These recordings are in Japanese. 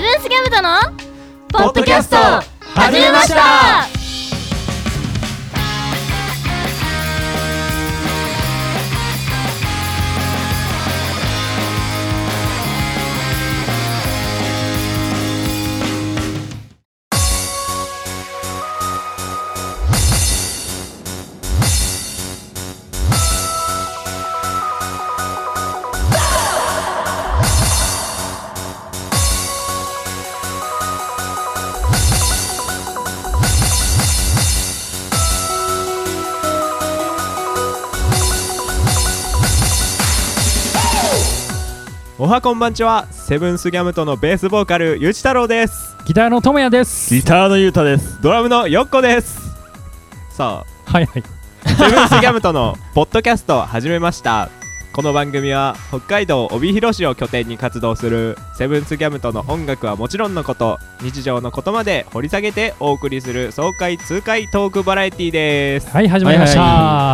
ブンスギャムとのポッドキャスト始めました。 おはこんばんちは。セブンスギャムとのベースボーカルゆうち太郎です。 ギターのともやです。 ギターのゆうたです。 ドラムのよっこです。さあ、 はいはい。 セブンスギャムとのポッドキャスト始めました。この番組は北海道帯広市を拠点に活動するセブンスギャムとの音楽はもちろんのこと、日常のことまで掘り下げてお送りする爽快痛快トークバラエティです。 はい、始まりました。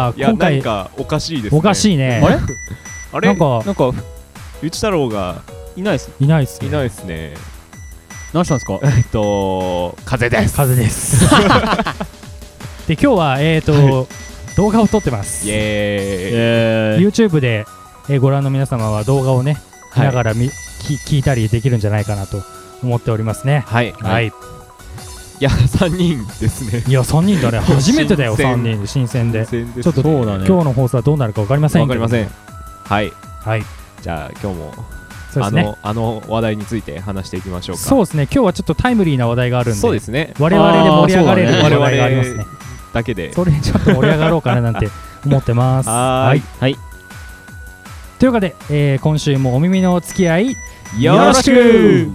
いや、なんかおかしいですね。 おかしいね。 あれなんかゆうち太郎がいないっす。 いないっすね。 何したんですか？ 風邪です。 風邪です。で、今日は動画を撮ってます。 イエーイ。 YouTube でご覧の皆様は動画をね見ながら聞いたりできるんじゃないかなと思っておりますね。 はいはい。 いや、3人ですね。 いや、3人だね。初めてだよ。3人で新鮮で。ちょっと今日の放送はどうなるか分かりませんけど。 分かりません。はいはい。 じゃあ今日もそうですね、 あの話題について話していきましょうか。 そうですね。今日はちょっとタイムリーな話題があるんで、 そうですね、 我々で盛り上がれる話題がありますね。 我々だけでそれちょっと盛り上がろうかななんて思ってます。 はい、 はい。というわけで、今週もお耳のお付き合いよろしく。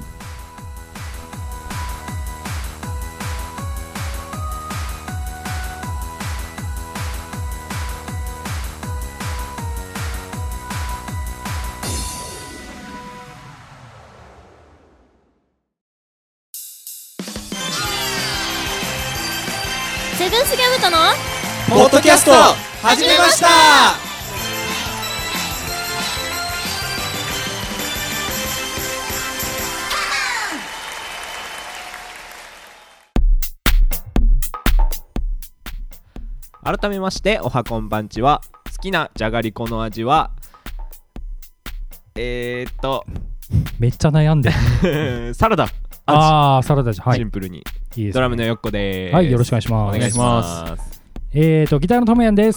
セブンスギャムとのポッドキャスト始めました。 改めましておはこんばんちは。好きなじゃがりこの味はめっちゃ悩んでる。 サラダ。 サラダじゃん。はい。 シンプルに。 いいですね。 ドラムのよっこです。 はい、よろしくお願いします。 お願いします。 ギターのともやんです。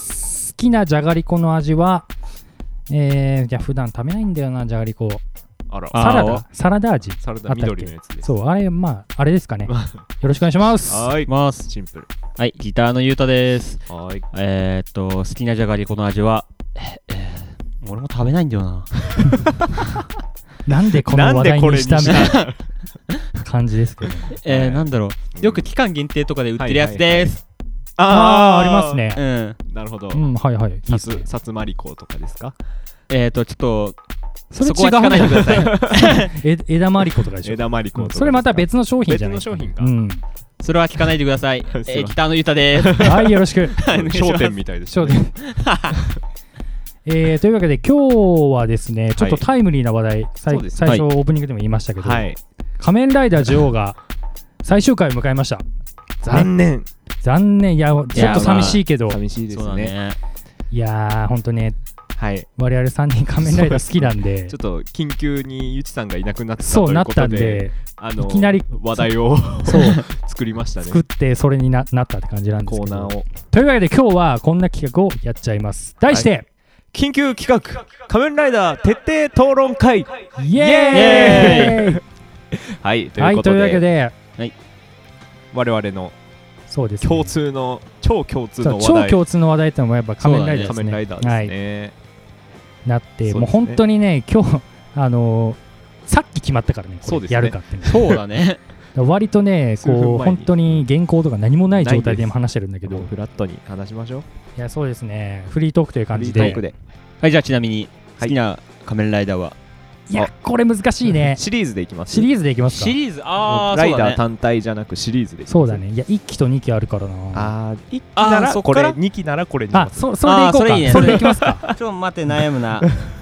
好きなじゃがりこの味は、いや普段食べないんだよな、じゃがりこ。 あら、 サラダ味。 サラダ緑のやつです。 そう、あれ、あれですかね。よろしくお願いします。 はい、 シンプル。 はい、ギターのゆうたです。 はい。 好きなじゃがりこの味は、俺も食べないんだよな。 なんでこの話題にしたみたいな感じですけど。 なんだろう。よく期間限定とかで売ってるやつです。 ありますね。 なるほど。 はいはい。 さつまりことかですか？ ちょっとそれこは聞かないでください。 枝まりことかでしょ。 枝まりこと。 それまた別の商品じゃない。 別の商品か。 それは聞かないでください。ギターのゆうたです。 はい、よろしく。 商店みたいです。 商店。というわけで今日はですね、ちょっとタイムリーな話題、最初オープニングでも言いましたけど、仮面ライダー女王が最終回を迎えました。 残念。 いや、ちょっと寂しいけど。 寂しいですね。 いやー、ほんとね、我々3人仮面ライダー好きなんで、 ちょっと緊急にゆちさんがいなくなったということで、 いきなり話題を作りましたね。 作ってそれになったって感じなんですけど。 コーナーを。 というわけで今日はこんな企画をやっちゃいます。題して、 緊急企画仮面ライダー徹底討論会。 イエーイ。 はい、ということわけで、 我々の超共通の話題ってのもやっぱ仮面ライダーですね。 仮面ライダーですね。 なって、もう本当にね、今日さっき決まったからね、やるかって。 そうだね。 割とね、こう本当に原稿とか何もない状態で今話してるんだけど、 フラットに話しましょう。 いや、そうですね、フリートークという感じで。 はい、じゃあちなみに好きな仮面ライダーは？ いや、これ難しいね。 シリーズでいきます。 シリーズでいきますか。 シリーズ、 ライダー単体じゃなくシリーズで。 そうだね。いや、1期と2期あるからな。 1期ならこれ、2期ならこれに。 それでいこうか。それでいきますか。 ちょっと待って、悩むな。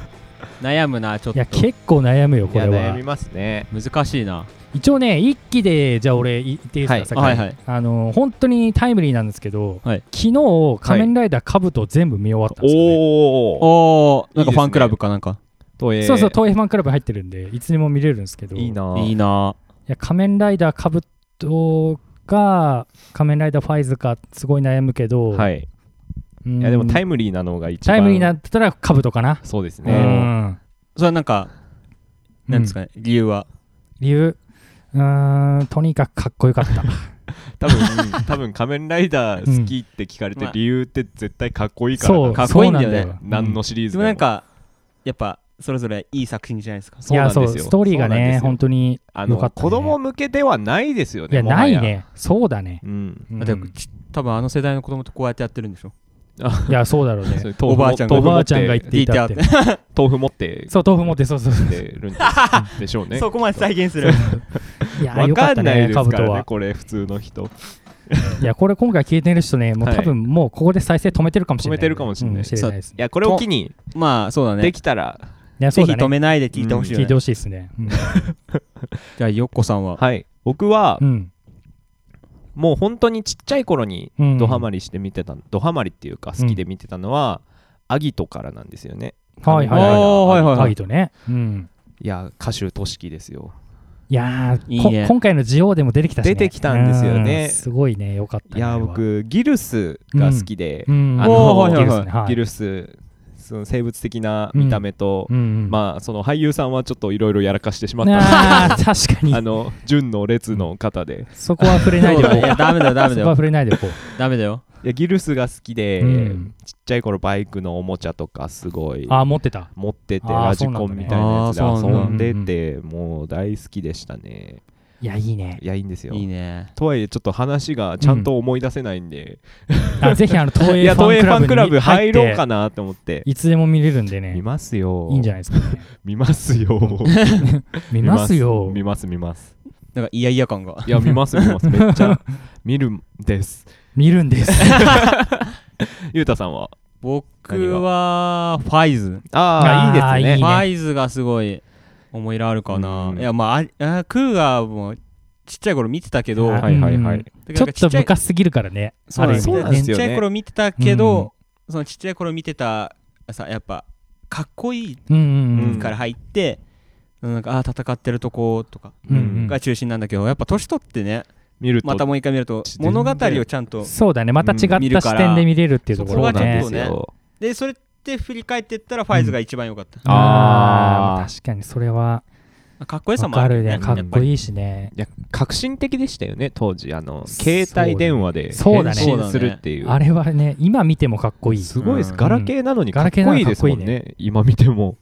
悩むなちょっと。 いや結構悩むよこれは。 いや悩みますね。 難しいな。 一応ね一期でじゃあ俺言っていいですか、 はいはい。 本当にタイムリーなんですけど、 はい、 昨日仮面ライダーカブト全部見終わったんですよね。 おーなんかファンクラブかなんか。 そうそう東映ファンクラブ入ってるんでいつでも見れるんですけど。 いいな。 いいな。 いや仮面ライダーカブトか仮面ライダーファイズかすごい悩むけど、 はい。いやでもタイムリーなのが一番。 タイムリーなったらカブトかな。 そうですね。 それはなんかなんですかね、理由は。 理由とにかくかっこよかった多分仮面ライダー好きって聞かれて理由って絶対かっこいいからかっこいいんだよね。 何のシリーズでもなんかやっぱそれぞれいい作品じゃないですか。 そうなんですよ。 いやそうストーリーがね本当に良かったね。 子供向けではないですよね。 いやないね。そうだね。 多分あの世代の子供とこうやってやってるんでしょ。 いやそうだろうね。 おばあちゃんが言っていたって豆腐持ってそう豆腐持ってそうるんでしょうね。 そこまで再現する。 いやよかったねカブトは。 これ普通の人。 いやこれ今回聞いてる人ねもう多分もうここで再生止めてるかもしれない。 止めてるかもしれない。 いやこれを機にまあそうだね。 できたらぜひ止めないで聞いてほしいよね。 聞いてほしいですね。 じゃあよっこさんは。 はい僕はもう本当にちっちゃい頃にドハマりして見てた、ドハマりっていうか好きで見てたのは、アギトからなんですよね。 はいはいはい。アギトね。 いや歌手としきですよ。 いや今回のジオでも出てきたしね。 出てきたんですよね。 すごいねよかった。 いや僕ギルスが好きで、ギルスその生物的な見た目と、まあその俳優さんはちょっといろいろやらかしてしまったんで確かに純の列の方でそこは触れないでおこう。 いやダメだよダメだよ。 そこは触れないでおこう。 ダメだよ。 いやギルスが好きで、ちっちゃい頃バイクのおもちゃとかすごい持っててラジコンみたいなやつで遊んでてもう大好きでしたね。 いやいいね。 いやいいんですよ。 いいね。 とはいえちょっと話がちゃんと思い出せないんで、 ぜひ東映ファンクラブ入ろうかなと思って。 いつでも見れるんでね。 見ますよ。 いいんじゃないですかね。 見ますよ。 見ますよ。 見ます見ます。 なんかイヤイヤ感が。 いや見ます見ます。めっちゃ見るんです。 見るんです。 ゆうたさんは？ 僕はファイズ。 ああいいですね。 ファイズがすごい思い入れあるかな。いやまあクーガーもちっちゃい頃見てたけど、 ちょっと昔すぎるからね。 そうなんですよね。 ちっちゃい頃見てたけど、そのちっちゃい頃見てたさやっぱかっこいいから入って、なんか戦ってるとことかが中心なんだけど、やっぱ年取ってね。またもう一回見ると物語をちゃんとそうだねまた違った視点で見れるっていうところがね。 でそれって振り返っていったらファイズが一番良かった。 確かにそれはかっこよさもあるね。 かっこいいしね。 いや革新的でしたよね当時携帯電話で変身するっていう。 あれはね今見てもかっこいい。 すごいです。ガラケーなのにかっこいいですもんね。今見ても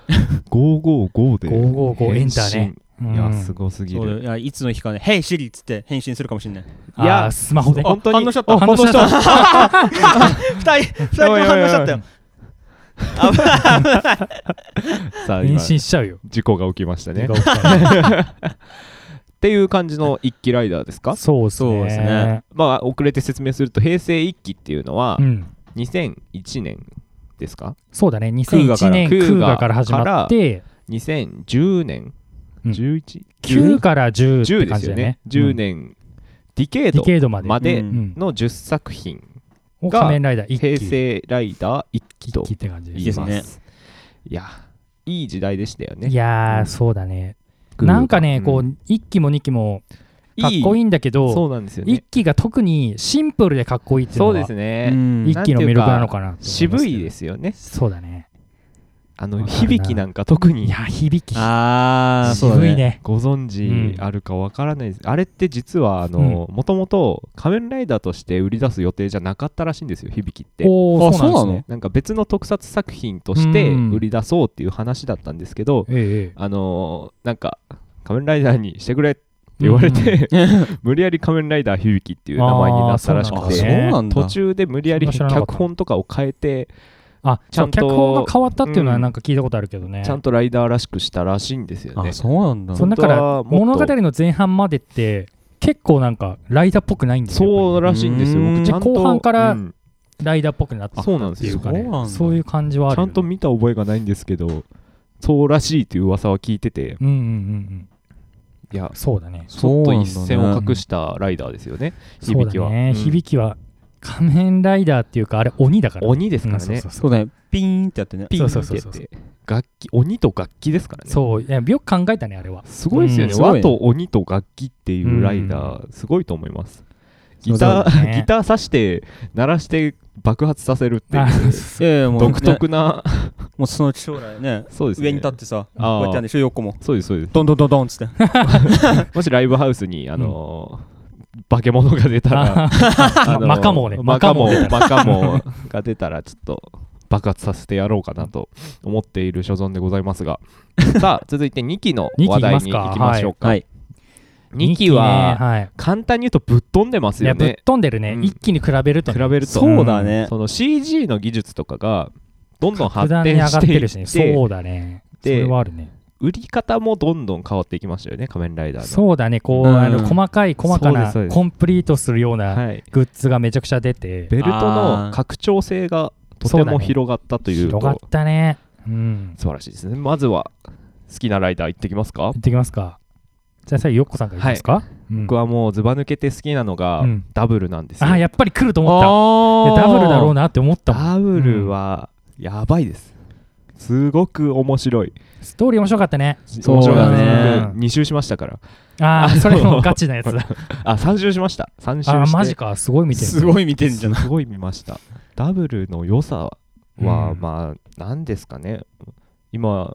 555で 555エンターね。 いやすごすぎる。 いやいつの日かね「ヘイシリ」っつって返信するかもしれない。 いやスマホで本当に反応しちゃった。 反応しちゃった。 2人とも反応しちゃったよ。 さあ返信しちゃうよ。 事故が起きましたね。っていう感じの一期ライダーですか？ そうですね。 まあ遅れて説明すると平成一期っていうのは2001年ですか？ そうだね。2001年クーガから始まって 2010年 9から10って感じだね。 10年ディケードまでの10作品が平成ライダー一期と言います。いやいい時代でしたよね。 いやそうだね。なんかねこう1期も2期もかっこいいんだけど、1期が特にシンプルでかっこいいっていうのが1期の魅力なのかな。 渋いですよね。 そうだね。 響きなんか特に。 いや響き渋いね。 ご存知あるかわからないです。あれって実はもともと仮面ライダーとして売り出す予定じゃなかったらしいんですよ響きって。 そうなの？ なんか別の特撮作品として売り出そうっていう話だったんですけど、なんか仮面ライダーにしてくれって言われて無理やり仮面ライダー響きっていう名前になったらしくて、途中で無理やり脚本とかを変えてちゃんと脚本が変わったっていうのはなんか聞いたことあるけどね。 ちゃんとライダーらしくしたらしいんですよね。 そうなんだ。 だから物語の前半までって結構なんかライダーっぽくないんですよ。 そうらしいんですよ。僕ちゃんと後半からライダーっぽくなったっていうかね。 そうなんですよ。 そういう感じはある。 ちゃんと見た覚えがないんですけど、 そうらしいという噂は聞いてて、 うんうんうんうん、 いやそうだね、 ちょっと一線を隠したライダーですよね、響きは。 そうだね、響きは仮面ライダーっていうかあれ鬼だから、 鬼ですからね。 そうだね、ピーンってやってね、 ピーンってやって楽器、鬼と楽器ですからね。 そう、いやよく考えたねあれは。 すごいですよね、和と鬼と楽器っていうライダー、すごいと思います。ギター挿して鳴らして爆発させるっていう独特な、 もうその将来ね、 そうですね、 上に立ってさ、こうやってやるんでしょ、横も。 そうですそうです。 ドンドンドンドンっつってもしライブハウスに化け物が出たらマカモが出たらちょっと爆発させてやろうかなと思っている所存でございますがさあ続いて2期の話題に行きましょうか。2期は簡単に言うとぶっ飛んでますよね。 ぶっ飛んでるね、1期に比べるとそうだね、 その CG の技術とかがどんどん発展していって、 そうだね、それはあるね。 売り方もどんどん変わっていきましたよね、仮面ライダーの。 そうだね、こう、細かなコンプリートするようなグッズがめちゃくちゃ出て、 ベルトの拡張性がとても広がったというと、 広がったね、 素晴らしいですね。まずは好きなライダーいってきますか。 いってきますか。じゃあ最後ヨッコさんからいきますか。 僕はもうズバ抜けて好きなのがダブルなんですよ。 やっぱり来ると思った。ダブルだろうなって思ったもん。 ダブルはやばいです。すごく面白い。 ストーリー面白かったね。 そうだね。 2周しましたから。 それもガチなやつだ。 3周しました。3周して。 マジか、すごい見てる。 すごい見てんじゃん。 すごい見ました。ダブルの良さはまあ何ですかね。今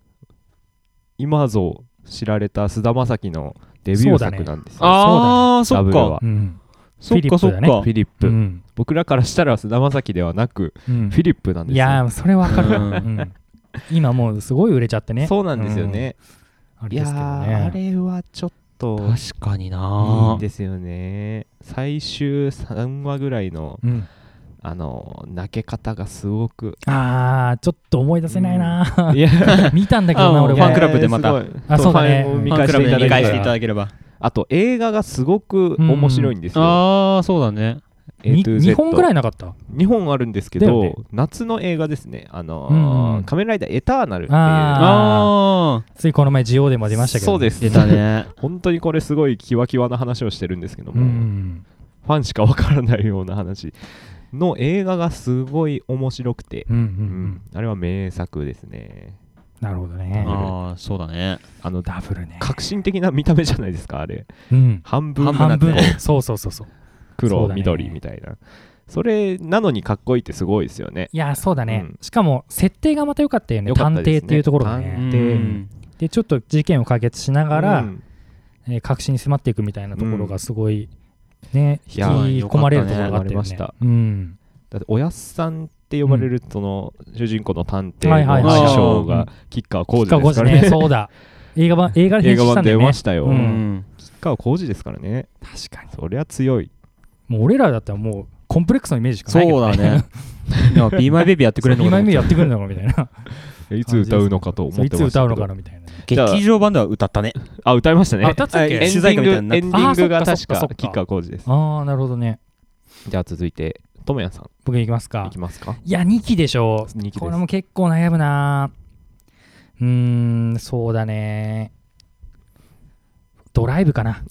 ぞ知られた菅田将暉のデビュー作なんですよ。 そっか。 そっかそっか。 フィリップ。僕らからしたら菅田将暉ではなくフィリップなんですよ。 いやそれわかる。今もうすごい売れちゃってね。 そうなんですよね。いやあれはちょっと確かにないいですよね。最終3話ぐらいの泣け方がすごくちょっと思い出せないな。見たんだけどな、俺は。 ファンクラブでまたそうだね、 ファンクラブで見返していただければ。 あと映画がすごく面白いんですよ。 そうだね。 2本ぐらいなかった？ 2 本あるんですけど、夏の映画ですね。仮面ライダーエターナルっていう、 ついこの前ジオでも出ましたけど。 そうです、 出たね。 本当にこれすごいキワキワな話をしてるんですけども、ファンしかわからないような話の映画がすごい面白くて、あれは名作ですね。 なるほどね。 そうだね。 ダブルね。 革新的な見た目じゃないですか、あれ。半分そう。 黒、緑みたいな。それなのにかっこいいってすごいですよね。 いや、そうだね。しかも設定がまた良かったよね。探偵っていうところがね。でちょっと事件を解決しながら確信に迫っていくみたいなところがすごいね、引き込まれるところがあったよね。 だっておやっさんって呼ばれるその主人公の探偵の師匠が吉川晃司ですからね。 そうだ。映画版で編集したんだよね。 出ましたよ。吉川晃司ですからね。 確かに。 そりゃ強い。 もう俺らだったらもうコンプレックスのイメージしかないけどね。 そうだね。Be My Baby やってくれるのかな。 Be My Baby やってくれるのかみたいな。 いつ歌うのかと思ってましたけど。 いつ歌うのかなみたいな。 劇場版では歌ったね。 歌いましたね。 歌ったっけ？ エンディングが確か吉川晃司です。 なるほどね。 じゃあ続いてともやさん。 僕いきますか。いや2期でしょ。これも結構悩むな。そうだね。ドライブかな。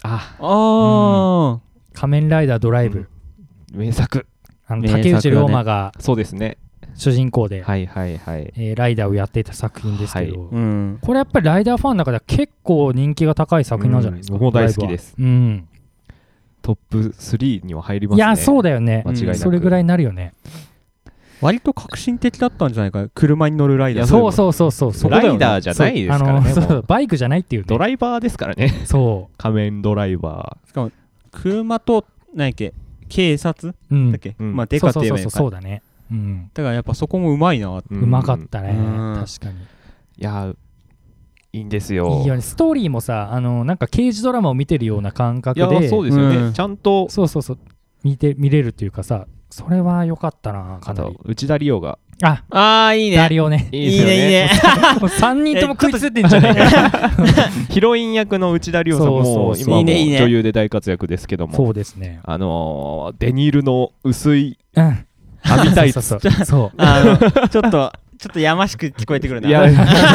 仮面ライダードライブ。 名作。 竹内涼真がそうですね。 主人公でライダーをやっていた作品ですけど、これやっぱりライダーファンの中では結構人気が高い作品なんじゃないですか。 僕も大好きです。トップ3には入りますね。 いやそうだよね。それぐらいになるよね。 割と革新的だったんじゃないか。車に乗るライダー。 そうライダーじゃないですからね。 バイクじゃないっていうね。 ドライバーですからね。 そう。 仮面ドライバー。しかも車と何やっけ警察だっけ。まあデカって言えばいいか。 そうだね。 だからやっぱそこもうまいな。 うまかったね。確かに。 いやいいんですよ。 いいよね。ストーリーもさ、なんか刑事ドラマを見てるような感覚で。 いやそうですよね。ちゃんと見れるっていうかさ。それは良かったな。 かなり内田理央がいいね。 ダリオね。 いいね。 3人とも食いついてんじゃないか。 ヒロイン役の内田理央さんも今も女優で大活躍ですけども。 そうですね。 デニールの薄い網タイツ。 ちょっとちょっとやましく聞こえてくるな。 いや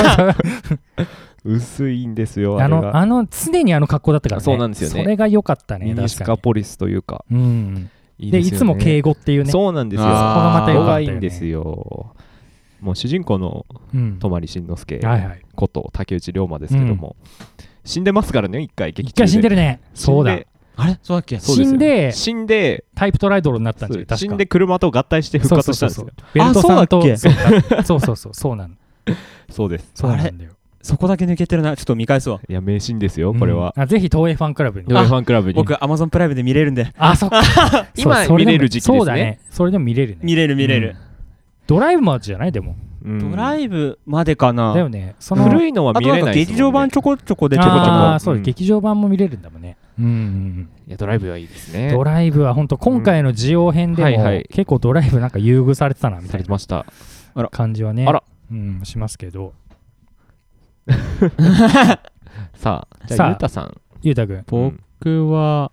薄いんですよあれが。 常に格好だったからね。 そうなんですよね。 それが良かったね。 ミニスカポリスというか、 でいつも敬語っていうね。 そうなんですよ。 そこがまた良かったよね。 いいんですよ。もう主人公の泊慎之介こと竹内涼真ですけども、死んでますからね。一回死んでるね。そうだ。 あれそうだっけ。 死んでタイプトライドルになったんじゃない。 死んで車と合体して復活したんですよ。 ベルトさんとそうなの。 そうです。 そうなんだよ。 そこだけ抜けてるな。ちょっと見返すわ。 いや名シーンですよこれは。 ぜひ東映ファンクラブに。 僕 Amazon プライムで見れるんで。 そっか。今見れる時期ですね。 そうだね。それでも見れるね。 見れる。 ドライブまでじゃないでも。 ドライブまでかな。 だよね。 古いのは見れないですもんね。 劇場版ちょこちょこでそう劇場版も見れるんだもんね。 いやドライブはいいですね。 ドライブは本当今回のジオ編でも結構ドライブなんか優遇されてたなみたいな感じはねしますけど。 さあじゃあゆうたさん。 ゆうたくん。 僕は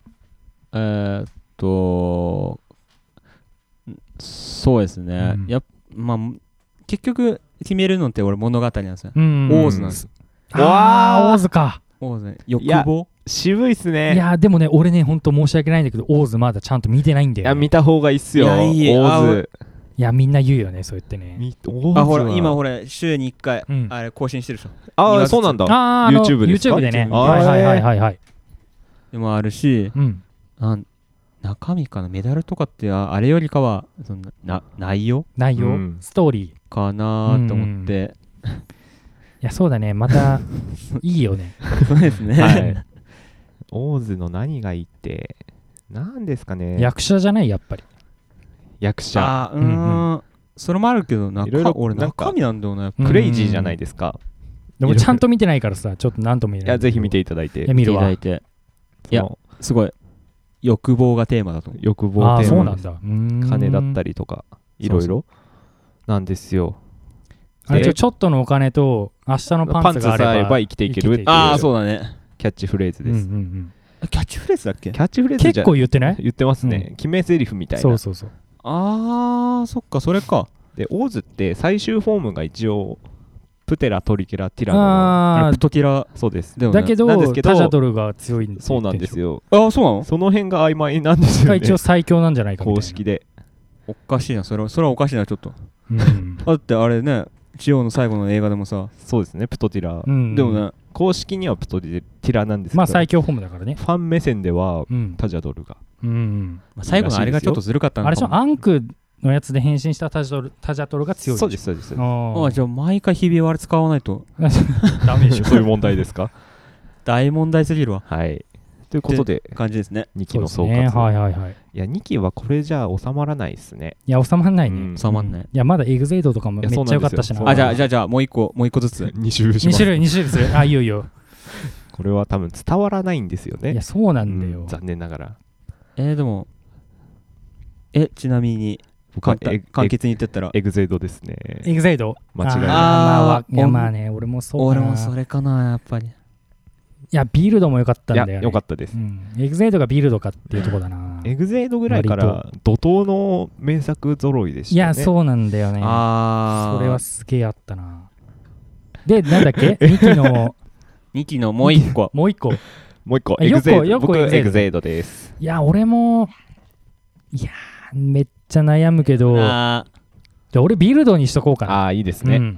そうですね。結局決めるのって俺物語なんですよ。オーズなんです。 オーズか。 オーズ欲望渋いっすね。 いやでもね俺ね本当申し訳ないんだけどオーズまだちゃんと見てないんだよ。 いや見た方がいいっすよ。オーズ。 いやみんな言うよねそう言ってね。 ほら今週に1回あれ更新してるでしょ。そうなんだ。YouTube ですか。 YouTube でね。はいでもあるし、中身かな、メダルとかってあれよりかはその内容、 ストーリーかなと思って、 いやそうだねまたいいよね。 そうですね。 オーズの何がいいって何ですかね。 役者じゃないやっぱり。 役者。 それもあるけど俺中身なんだよね。 クレイジーじゃないですか。 でもちゃんと見てないからさちょっと何とも言えない。 いやぜひ見ていただいて。 見るわ。 いやすごい欲望がテーマだと思う。 欲望テーマ。 そうなんだ。 金だったりとかいろいろなんですよ。 ちょっとのお金と明日のパンツがあれば生きていけるっていう。 そうだね。 キャッチフレーズです。 キャッチフレーズだっけ。 キャッチフレーズ結構言ってない？ 言ってますね。決め台詞みたいな。 そう。 そっかそれか。 でオーズって最終フォームが一応プテラトリケラティラノ。 プトティラ。 そうです。 だけどタジャドルが強いんですよ。 そうなんですよ。 そうなの？ その辺が曖昧なんですよね。 一応最強なんじゃないかみたいな。 公式で。 おかしいなそれはおかしいなちょっと。だってあれねジオの最後の映画でもさ。 そうですねプトティラ。 でもね公式にはプトティラなんですけど。 最強フォームだからね。 ファン目線ではタジャドルが。 最後のあれがちょっとずるかったのかも。 あれでしょアンクのやつで変身したタジャトルが強い。 そうです。 じゃあ毎回ひび割れ使わないとダメでしょ。 そういう問題ですか。 大問題すぎるわ。 はいということで感じですね。 2期の総括。いや2期はこれじゃ収まらないですね。 いや収まらないね。 収まんない。 いやまだエグゼイドとかもめっちゃ良かったしな。 じゃあもう一個ずつ 2種類します。 2種類する。いいよ。 これは多分伝わらないんですよね。 いやそうなんだよ。 残念ながら。 でもちなみに簡潔に言ってったらエグゼイドですね。 エグゼイド間違いない。 いやまあね俺もそうかな。 俺もそれかなやっぱり。 いやビルドも良かったんだよね。 いや良かったです。 エグゼイドがビルドかっていうところだな。 エグゼイドぐらいから怒涛の名作揃いでしたね。 いやそうなんだよね。それはすげえあったな。でなんだっけ2期のもう一個エグゼイド。僕エグゼイドです。 いや俺もいやめっちゃ悩むけど俺ビルドにしとこうかな。 いいですね。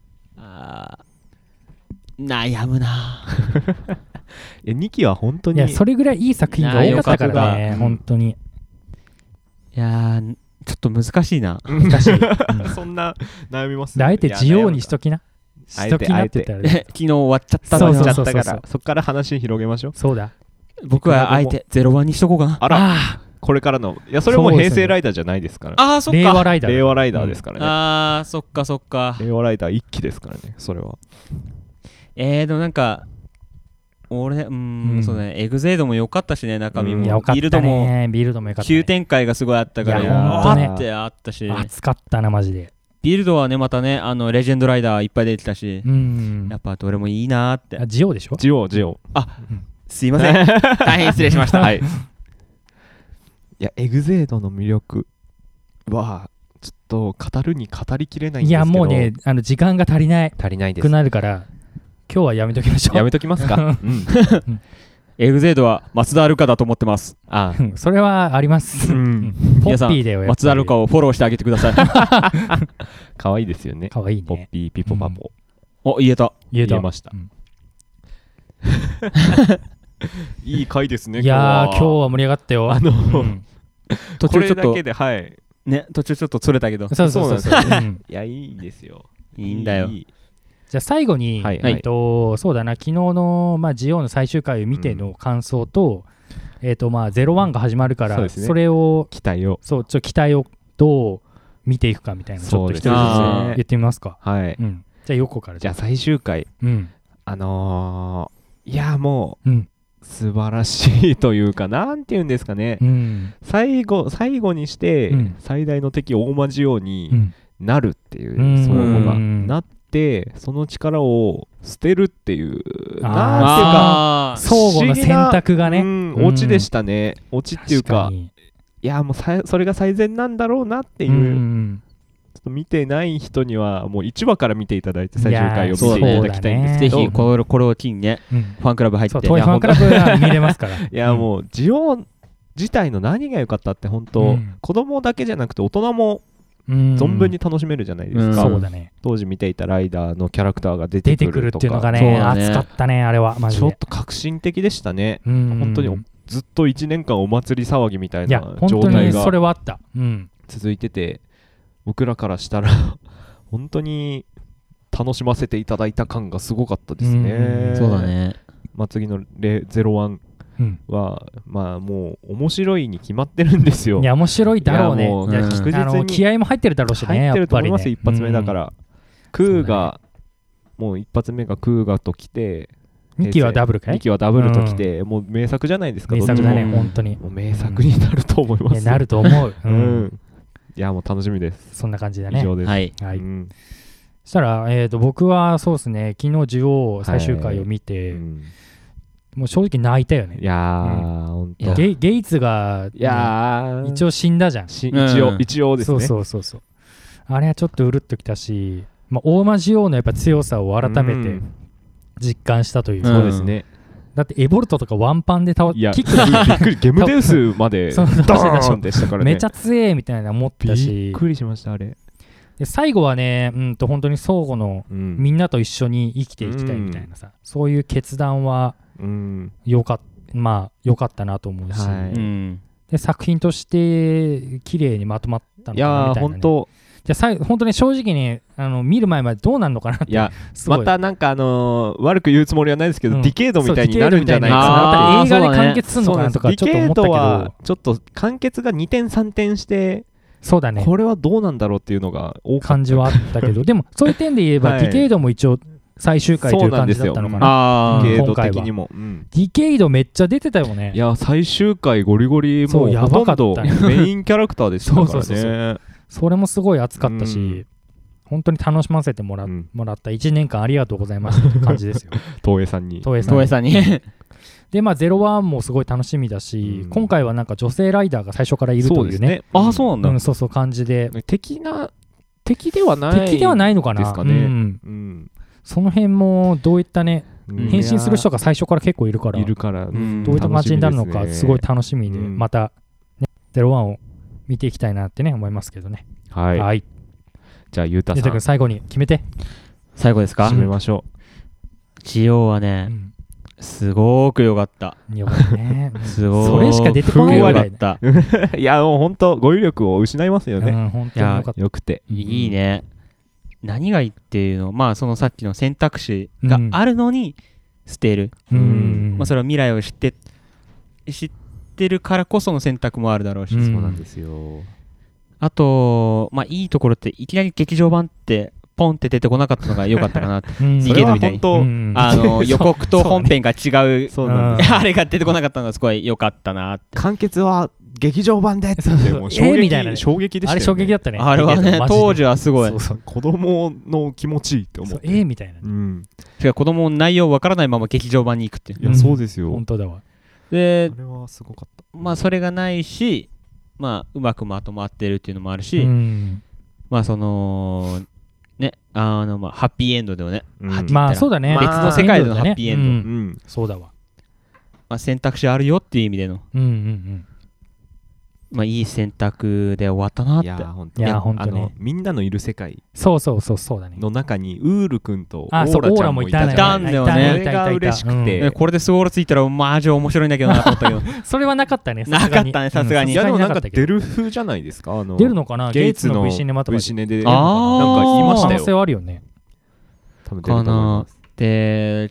悩むな。 2期は本当にいやそれぐらいいい作品が多かったからね本当に。 いやちょっと難しいな。 難しい。そんな悩みますね。 あえてジオにしときなって言ったら昨日終わっちゃったからそっから話広げましょう。 そうだ。 僕はあえて01にしとこうかな。 あらこれからのいやそれも平成ライダーじゃないですから。 そっか令和ライダーですからね。 そっか令和ライダー1期ですからねそれは。 でもなんか俺そうだねエグゼイドも良かったしね中身も。 ビルドも良かった。 急展開がすごいあったからってあったし熱かったなマジで。 ビルドはねまたねレジェンドライダーいっぱい出てたしやっぱどれもいいなーって。 ジオでしょ。 ジオすいません大変失礼しました。 はい。いやエグゼイドの魅力はちょっと語るに語りきれないんいですけど、 やもうね時間が足りないですくなるから今日はやめときましょう。 やめときますか。 エグゼイドは松田ルカだと思ってます。 あそれはあります。ポッピーだよ。 松田ルカをフォローしてあげてください。 可愛いですよね。 可愛いね。 ポッピーピポパポ。 お、言えました。いい回ですね。 いや今日は盛り上がったよ。 途中ちょっとね、 途中ちょっと釣れたけど。 そういや、いいですよ。 いいんだよ。 じゃあ最後にそうだな、昨日のジオの最終回を見ての感想と01が始まるからそれを期待をどう見ていくかみたいなちょっと一人ずつ言ってみますか。 はい。 じゃあ横から。 じゃあ最終回いやもう素晴らしいというか、なんていうんですかね、最後にして最大の敵大魔ジオになるっていう相互がなってその力を捨てるっていう、なんていうか相互の選択がねオチでしたね。オチっていうか、いやもうそれが最善なんだろうなっていう。ちょっと見てない人にはもう1話から見ていただいて最終回を見ていただきたいんですけど、 ぜひこれを機にね、ファンクラブ入って、 トイファンクラブが見れますから。 いやもうジオ自体の何が良かったって本当、子供だけじゃなくて大人も存分に楽しめるじゃないですか。 そうだね。 当時見ていたライダーのキャラクターが出てくるとかっていうのがね、熱かったねあれは。マジでちょっと革新的でしたね。本当にずっと1年間お祭り騒ぎみたいな状態がそれはあった続いてて、僕らからしたら本当に楽しませていただいた感がすごかったですね。 そうだね。 次の01はもう面白いに決まってるんですよ。 いや面白いだろうね。 確実に気合も入ってるだろうしね。 入ってると思います。一発目だからクーガもう一発目がクーガと来て 2期はダブルかい？ 2期はダブルと来てもう名作じゃないですか。 名作だね本当に。 もう名作になると思います。 なると思う。 いやもう楽しみです。 そんな感じだね。 以上です。 はい。 そしたら僕はそうですね、昨日ジオ最終回を見てもう正直泣いたよね。 いや本当ゲイツが一応死んだじゃん。 一応ですね。 そうあれはちょっとうるっときたし、大魔ジオのやっぱ強さを改めて実感したという。 そうですね。 だってエボルトとかワンパンでキックでびっくりゲムデウスまでドーンでしたからね。 めちゃ強えみたいな思ったし、 びっくりしましたあれ。 で最後はね本当に相互のみんなと一緒に生きていきたいみたいなさ、そういう決断はよかったなと思うし、で作品として綺麗にまとまったのかなみたいな、ね。いや本当じゃあ本当に正直に見る前までどうなるのかなって。 いやまたなんか悪く言うつもりはないですけど、ディケードみたいになるんじゃないかな。映画で完結するのかなとかちょっと思ったけど、 ディケードはちょっと完結が2点3点してそうだね、 これはどうなんだろうっていうのが多かった感じはあったけどでもそういう点で言えば、ディケードも一応最終回という感じだったのかな。 ディケード的にもディケードめっちゃ出てたよね。 いや最終回ゴリゴリもうほとんどメインキャラクターでしたからね。 それもすごい熱かったし、本当に楽しませてもらった1年間ありがとうございましたって感じですよ。 東映さんにで01もすごい楽しみだし、今回はなんか女性ライダーが最初からいるというね。 そうなんだ。 そう感じで敵ではないのかなですかね。 その辺もどういったね変身する人が最初から結構いるからどういった感じになるのかすごい楽しみで、また01を見ていきたいなってね思いますけどね。 はい。じゃあゆうたさん最後に決めて。 最後ですか？ 締めましょう。ジオはねすごく良かった。 よかったね。 すごい。 それしか出てこないぐらいだった。いやもう本当語彙力を失いますよね。 本当によかった。 よくていいね。何がいいっていうの、そのさっきの選択肢があるのに捨てる。それは未来を知ってるからこその選択もあるだろうし。 そうなんですよ。 あといいところっていきなり劇場版ってポンって出てこなかったのが良かったかなって。 それは本当予告と本編が違うあれが出てこなかったのがすごい良かったなって。 完結は劇場版でってもう衝撃でしたよね。 あれ衝撃だったね。 あれはね当時はすごい子供の気持ちいいって思ってみたいな。子供の内容わからないまま劇場版に行くっていう。 いやそうですよ。 本当だわ。 でそれはすごかった。 それがないしうまくまとまってるっていうのもあるし、 まあそのねまあハッピーエンドでもね、 まあそうだね、 別の世界でのハッピーエンド、 そうだわ、 まあ選択肢あるよっていう意味での、まあいい選択で終わったなって。いや本当にみんなのいる世界そうだねの中にウール君とオーラちゃんもいたんだよね。 それが嬉しくて、 これでスゴールついたらマジ面白いんだけどなと思ったけどそれはなかったね。 なかったね、さすがに。 いやでもなんか出る風じゃないですか。 出るのかな、 ゲイツの V シネマとか V シネでなんか言いましたよ。 可能性はあるよね。 多分出ると思います。 で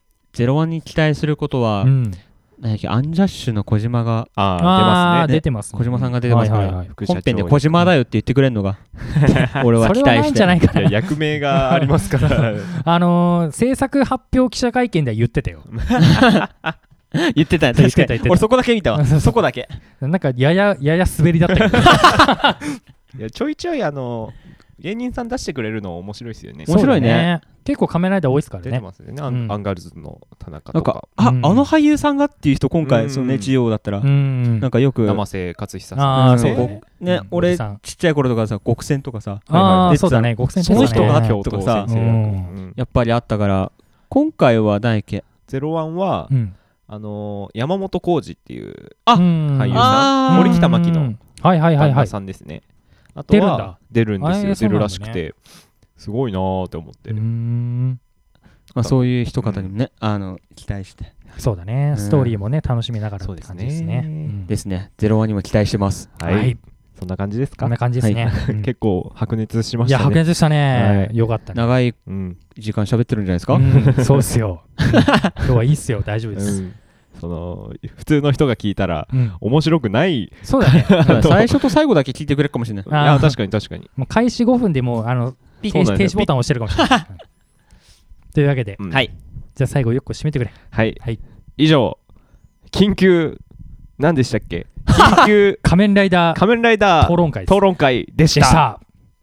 01に期待することは、何だっけ、アンジャッシュの小島が出てますね。 小島さんが出てますから、本編で小島だよって言ってくれるのが俺は期待して。 それはないんじゃないかな。 役名がありますから制作発表記者会見では言ってたよ。 言ってたね、確かに。俺そこだけ見たわ。そこだけ。 なんかやや滑りだったけど。 いやちょいちょい芸人さん出してくれるの面白いですよね。 面白いね。 結構仮面ライダー多いですからね。 出てますよね。アンガールズの田中とか。 あの俳優さんがっていう人、今回そのね、GOだったらなんかよく生瀬勝久さんね、俺ちっちゃい頃とかさ、極戦とかさ、 そうだね、極戦その人がとかさ、 やっぱりあったから、今回は何やっけ、 01は山本浩二っていう俳優さん、森北真希の旦那さんですね。あとは出るんですよ。出るらしくてすごいなーって思って。 まあそういう一方にもね、期待して。 そうだね、ストーリーもね楽しみながらって感じですね。 ですね。01にも期待してます。 はい。そんな感じですか。 こんな感じですね。 結構白熱しましたね。 いや白熱したね。よかったね。 長い時間喋ってるんじゃないですか。そうっすよ。今日はいいっすよ。大丈夫です。 普通の人が聞いたら面白くない。 そうだね。 最初と最後だけ聞いてくれるかもしれない。いや確かに確かに。 もう開始5分でもう停止ボタンを押してるかもしれない。というわけで、じゃあ最後よく締めてくれ。 はい。以上緊急何でしたっけ？緊急仮面ライダー討論会でした。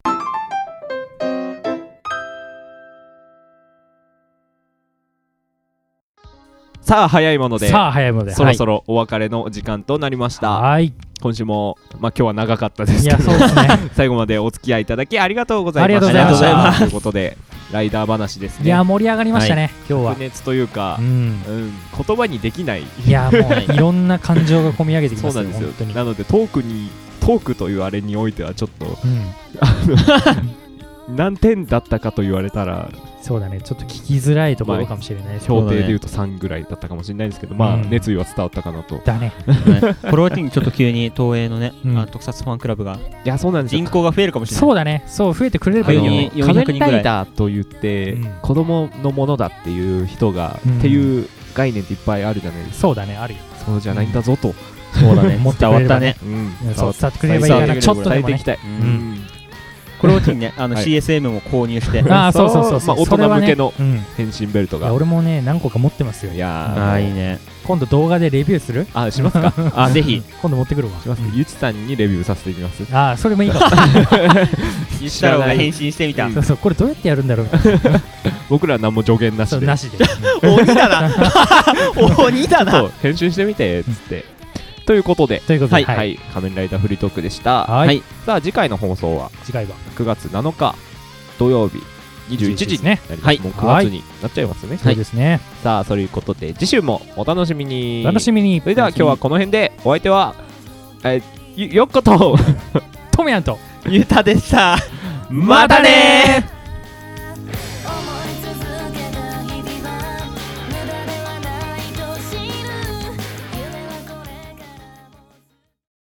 さあ早いものでそろそろお別れの時間となりました。今週も今日は長かったですけど最後までお付き合いいただきありがとうございました。 ありがとうございます。ということでライダー話ですね。 いや盛り上がりましたね今日は。 白熱というか言葉にできない。 いやもういろんな感情が込み上げてきますよ。 そうなんですよ。なのでトークというあれにおいてはちょっと何点だったかと言われたらそうだね、ちょっと聞きづらいところかもしれないです。 評定でいうと3ぐらいだったかもしれないですけど、まあ熱意は伝わったかなと。 だね。 これを機にちょっと急に東映のね特撮ファンクラブが人口が増えるかもしれない。 そうだね、そう増えてくれればいいよね。 仮面ライダーと言って子供のものだっていう人がっていう概念っていっぱいあるじゃないですか。 そうだね、あるよ。 そうじゃないんだぞと。 そうだね、伝わったね。 伝わってくれればいいからちょっとでもね。 これを機にね、CSM も購入して、 そう大人向けの変身ベルトが。 俺もね、何個か持ってますよ。 いやいいね。 今度動画でレビューする？ しますか？ ぜひ。 今度持ってくるわ。 します。ゆちさんにレビューさせていきます。 それもいいかも。 ゆち太郎が変身してみた。 そう、これどうやってやるんだろう。 僕らは何も助言なしで。 なしで。 鬼だな。鬼だな。 変身してみてっつって。ということで、仮面ライダーフリートークでした。さあ次回の放送は9月7日土曜日21時になります。もう9月になっちゃいますね。 そうですね。 さあそういうことで次週もお楽しみに。 楽しみに。 それでは今日はこの辺で、お相手はよっことともやんとゆうたでした。 またねー。